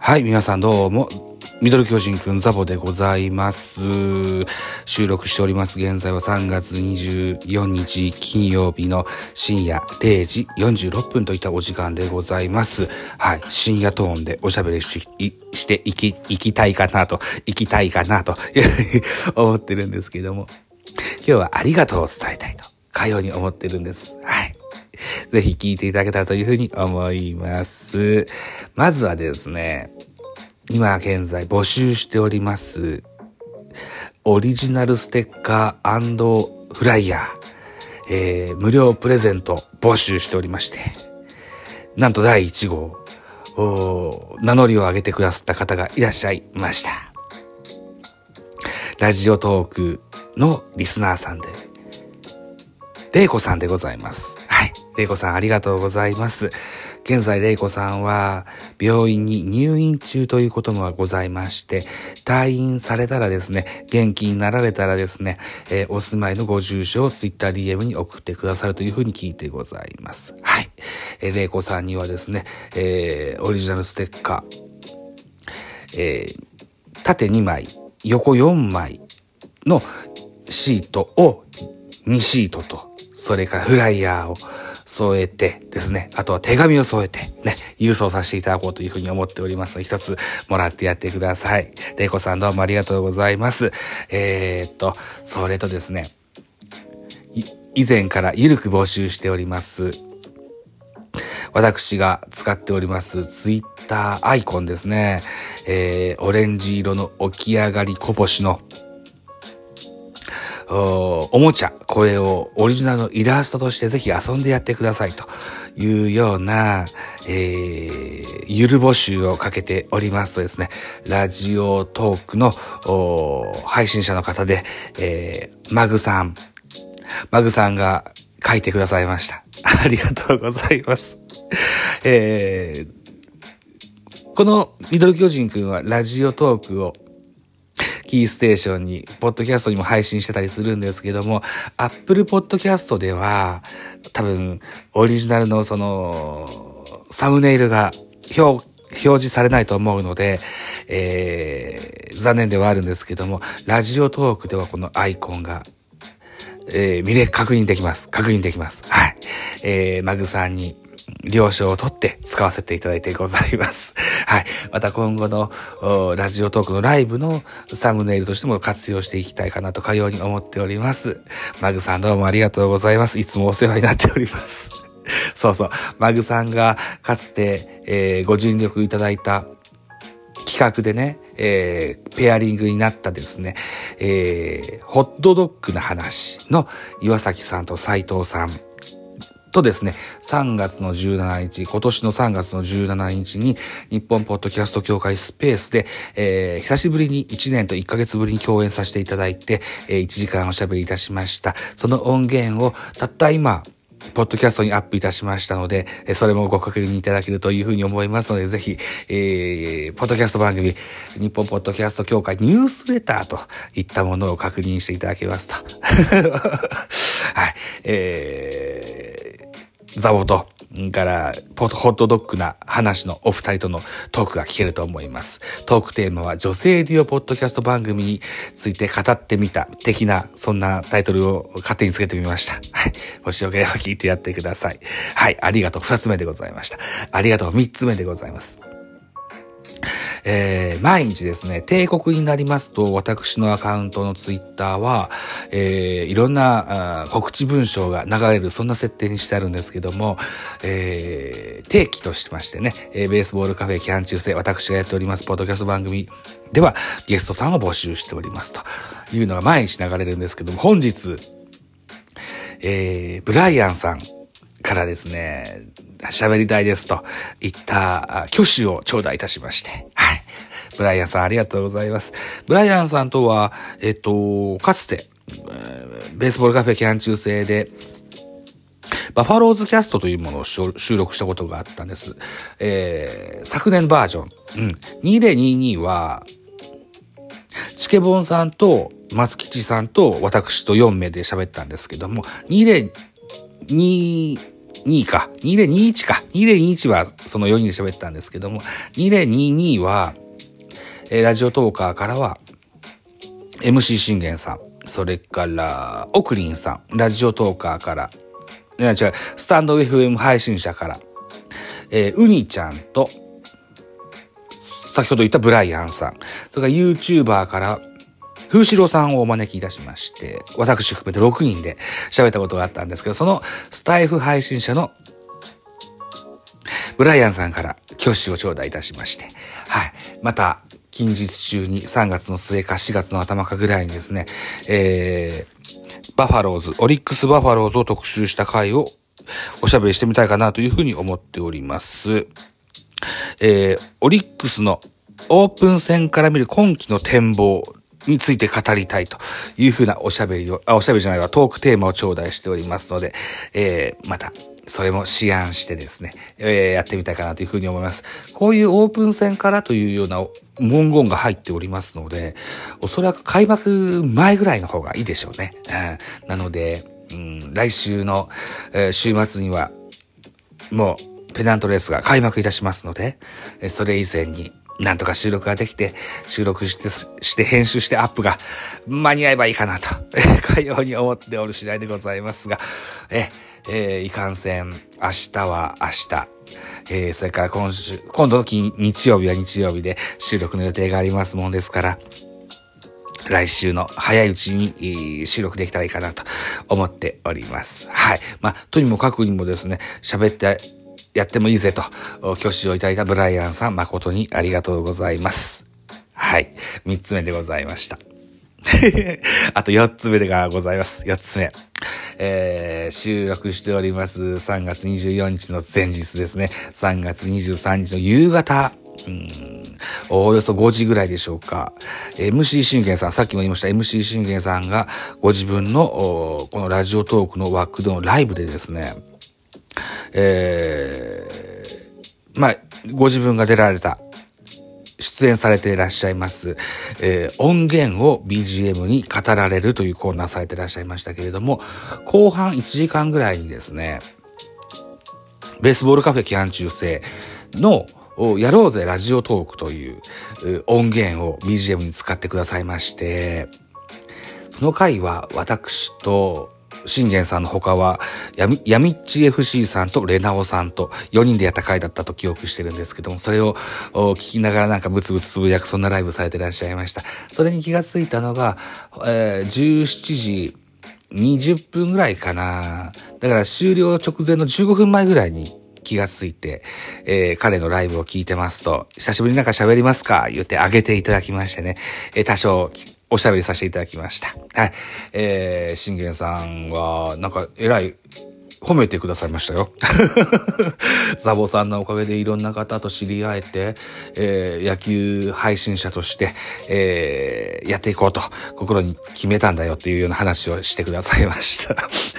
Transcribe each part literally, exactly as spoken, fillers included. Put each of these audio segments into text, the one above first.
はい、皆さんどうも、ミドル巨人くんザボでございます。収録しております。現在はさんがつにじゅうよっか金曜日の深夜れいじよんじゅうろっぷんといったお時間でございます。はい、深夜トーンでおしゃべりし、していき、いきたいかなと、いきたいかなと思ってるんですけども、今日はありがとうを伝えたいと、かように思ってるんです。はい。ぜひ聞いていただけたらというふうに思います。まずはですね、今現在募集しておりますオリジナルステッカー&フライヤー、えー、無料プレゼント募集しておりまして、なんとだいいち号名乗りを上げてくださった方がいらっしゃいました。ラジオトークのリスナーさんでれいこさんでございます。はい。れいこさんありがとうございます。現在れいこさんは病院に入院中ということがございまして、退院されたらですね、元気になられたらですね、えー、お住まいのご住所をツイッター ディーエム に送ってくださるというふうに聞いてございます。はい。えー、れいこさんにはですね、えー、オリジナルステッカー、えー、縦にまい、横よんまいのシートをにシートと、それからフライヤーを添えてですね、あとは手紙を添えてね、郵送させていただこうというふうに思っておりますので、一つもらってやってください。れいこさんどうもありがとうございます。えー、っと、それとですね、以前からゆるく募集しております。私が使っておりますツイッターアイコンですね、えー、オレンジ色の起き上がりこぼしのお, おもちゃ、これをオリジナルのイラストとしてぜひ遊んでやってくださいというような、えー、ゆる募集をかけておりますとですね、ラジオトークの配信者の方で、えー、マグさん、マグさんが書いてくださいました。ありがとうございます。えー、このミドル巨人くんはラジオトークをキーステーションに、ポッドキャストにも配信してたりするんですけども、アップルポッドキャストでは、多分、オリジナルのその、サムネイルが表、表示されないと思うので、えー、残念ではあるんですけども、ラジオトークではこのアイコンが、えー、見れ、確認できます。確認できます。はい。えー、マグさんに、了承を取って使わせていただいてございます。はい。また今後のラジオトークのライブのサムネイルとしても活用していきたいかなとかように思っております。マグさんどうもありがとうございます。いつもお世話になっております。そうそう。マグさんがかつて、えー、ご尽力いただいた企画でね、えー、ペアリングになったですね、えー、ホットドッグの話の岩崎さんと斉藤さんとですね、さんがつのじゅうしちにち、今年のさんがつのじゅうしちにちに日本ポッドキャスト協会スペースで、えー、久しぶりにいちねんといっかげつぶりに共演させていただいて、えー、いちじかんおしゃべりいたしました。その音源をたった今、ポッドキャストにアップいたしましたので、それもご確認いただけるというふうに思いますので、ぜひ、えー、ポッドキャスト番組、日本ポッドキャスト協会ニュースレターといったものを確認していただけますと。はい。えーザボと、からポッホットドッグな話のお二人とのトークが聞けると思います。トークテーマは女性デュオポッドキャスト番組について語ってみた的な、そんなタイトルを勝手につけてみました。はい。もしよければ聞いてやってください。はい。ありがとう。二つ目でございました。ありがとう。三つ目でございます。えー、毎日ですね、定刻になりますと、私のアカウントのツイッターは、えー、いろんな告知文章が流れる、そんな設定にしてあるんですけども、えー、定期としましてね、えー、ベースボールカフェキャン中世、私がやっております、ポッドキャスト番組では、ゲストさんを募集しておりますというのが毎日流れるんですけども、本日、えー、ブライアンさんからですね、喋りたいですといった挙手を頂戴いたしまして。はい。ブライアンさんありがとうございます。ブライアンさんとは、えっと、かつて、ベースボールカフェキャン中世で、バファローズキャストというものを収録したことがあったんです。えー、昨年バージョン。うん。にせんにじゅうには、チケボンさんと松吉さんと私とよんめいで喋ったんですけども、にせんにじゅうにか、にせんにじゅういちか、にせんにじゅういちはそのよにんで喋ったんですけども、にせんにじゅうには、えー、ラジオトーカーからは、エムシー 信玄さん、それから、オクリンさん、ラジオトーカーから、いや違う、スタンド エフエム 配信者から、えー、ウニちゃんと、先ほど言ったブライアンさん、それから YouTuber から、風志郎さんをお招きいたしまして、私含めてろくにんで喋ったことがあったんですけど、そのスタイフ配信者のブライアンさんから挙手を頂戴いたしまして、はい。また、近日中にさんがつの末かしがつの頭かぐらいにですね、えー、バファローズ、オリックスバファローズを特集した回をおしゃべりしてみたいかなというふうに思っております。えー、オリックスのオープン戦から見る今季の展望について語りたいというふうなおしゃべりを、あ、おしゃべりじゃないわ、トークテーマを頂戴しておりますので、えー、また、それも思案してですね、えー、やってみたいかなというふうに思います。こういうオープン戦からというような文言が入っておりますので、おそらく開幕前ぐらいの方がいいでしょうね。うん、なので、うん、来週の、えー、週末には、もう、ペナントレースが開幕いたしますので、それ以前に、なんとか収録ができて、収録して、して編集してアップが間に合えばいいかなと、かように思っておる次第でございますが、え、えー、いかんせん、明日は明日、えー、それから今週、今度の日曜日は日曜日で収録の予定がありますもんですから、来週の早いうちに収録できたらいいかなと思っております。はい。まあ、とにもかくにもですね、喋って、やってもいいぜと、挙手をいただいたブライアンさん、誠にありがとうございます。はい。三つ目でございました。あと四つ目でがございます。四つ目。えー、収録しておりますさんがつにじゅうよっかの前日ですね。さんがつにじゅうさんにちの夕方、うーん、およそごじぐらいでしょうか。エムシー 信玄さん、さっきも言いました エムシー 信玄さんがご自分のこのラジオトークの枠でのライブでですね、えー、まあ、ご自分が出られた、出演されていらっしゃいます、えー、音源を ビージーエム に語られるというコーナーされていらっしゃいましたけれども、後半いちじかんぐらいにですね、ベースボールカフェ期間中制のやろうぜラジオトークという音源を ビージーエム に使ってくださいまして、その回は私と信玄さんの他は、やみ、やみっち エフシー さんとレナオさんとよにんでやった回だったと記憶してるんですけども、それを聞きながらなんかブツブツつぶやくそんなライブされていらっしゃいました。それに気がついたのが、えー、じゅうしちじにじゅっぷんぐらいかな。だから終了直前のじゅうごふんまえぐらいに気がついて、えー、彼のライブを聞いてますと、久しぶりになんか喋りますか言ってあげていただきましてね、えー、多少、おしゃべりさせていただきました。はい。えー、信玄さんは、なんか、えらい、褒めてくださいましたよ。ザボさんのおかげでいろんな方と知り合えて、えー、野球配信者として、えー、やっていこうと、心に決めたんだよっていうような話をしてくださいました。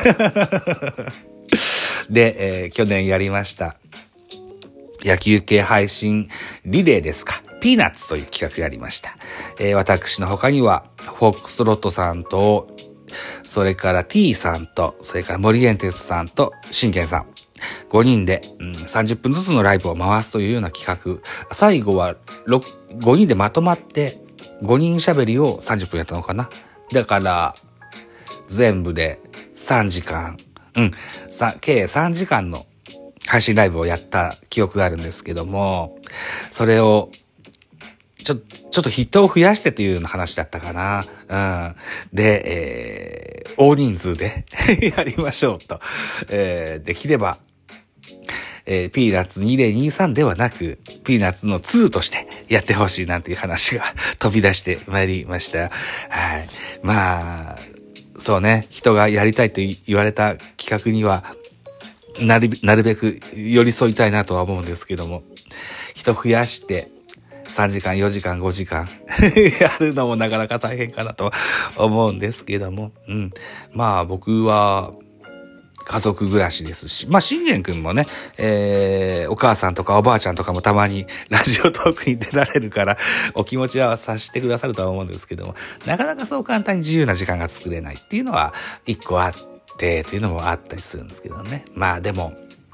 で、えー、去年やりました。野球系配信リレーですか。ピーナッツという企画やりました。えー、私の他には、フォックストロットさんと、それから T さんと、それから森エンテスさんと、信玄さん。ごにんで、うん、さんじゅっぷんずつのライブを回すというような企画。最後はごにんでまとまって、ごにん喋りをさんじゅっぷんやったのかな。だから、全部でさんじかん、うん、計さんじかんの配信ライブをやった記憶があるんですけども、それを、ちょ、ちょっと人を増やしてというような話だったかな。うん。で、えー、大人数でやりましょうと。えー、できれば、えー、ピーナッツにせんにじゅうさんではなく、ピーナッツのにとしてやってほしいなんていう話が飛び出してまいりました。はい。まあ、そうね、人がやりたいと言われた企画には、なる、なるべく寄り添いたいなとは思うんですけども、人増やして、さんじかん、よじかん、ごじかんやるのもなかなか大変かなと思うんですけども、うん。まあ僕は家族暮らしですし、まあ信玄くんもね、えー、お母さんとかおばあちゃんとかもたまにラジオトークに出られるからお気持ちは察してくださるとは思うんですけども、なかなかそう簡単に自由な時間が作れないっていうのは一個あってっていうのもあったりするんですけどね。まあでも、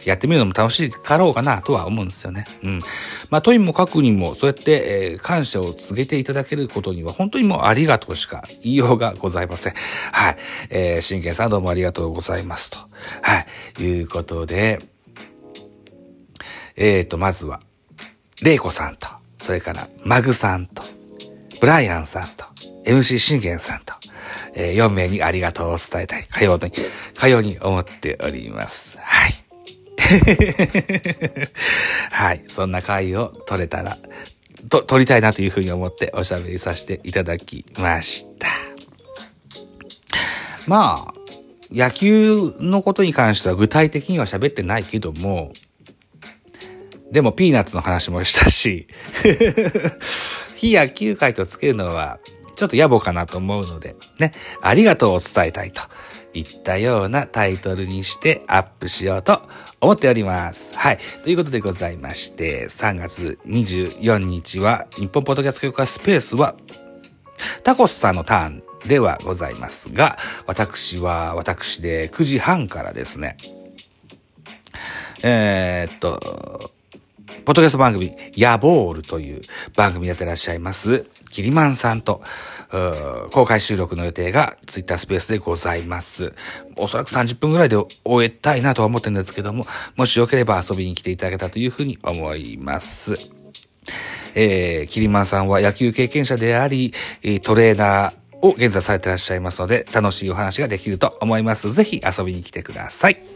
やってみるのも楽しいかろうかなとは思うんですよね。うん。まあ、とにもかくにも、そうやって、えー、感謝を告げていただけることには、本当にもうありがとうしか言いようがございません。はい。えー、真剣さんどうもありがとうございますと。はい。いうことで、えーと、まずは、レイコさんと、それから、マグさんと、ブライアンさんと、エムシー 信玄さんと、えー、よんめいにありがとうを伝えたい、かように、かように思っております。はい。はい。そんな回を取れたら、と、取りたいなというふうに思っておしゃべりさせていただきました。まあ、野球のことに関しては具体的には喋ってないけども、でもピーナッツの話もしたし、非野球界とつけるのはちょっと野暮かなと思うので、ね、ありがとうを伝えたいといったようなタイトルにしてアップしようと思っております。はい。ということでございまして、さんがつにじゅうよっかは、日本ポッドキャスト協会スペースは、タコスさんのターンではございますが、私は私でくじはんからですね、えー、っと、ポッドキャスト番組、ヤボールという番組やってらっしゃいます、キリマンさんと、公開収録の予定がツイッタースペースでございます。おそらくさんじゅっぷんぐらいで終えたいなとは思ってるんですけども、もしよければ遊びに来ていただけたというふうに思います。えー、キリマンさんは野球経験者であり、トレーナーを現在されてらっしゃいますので、楽しいお話ができると思います。ぜひ遊びに来てください。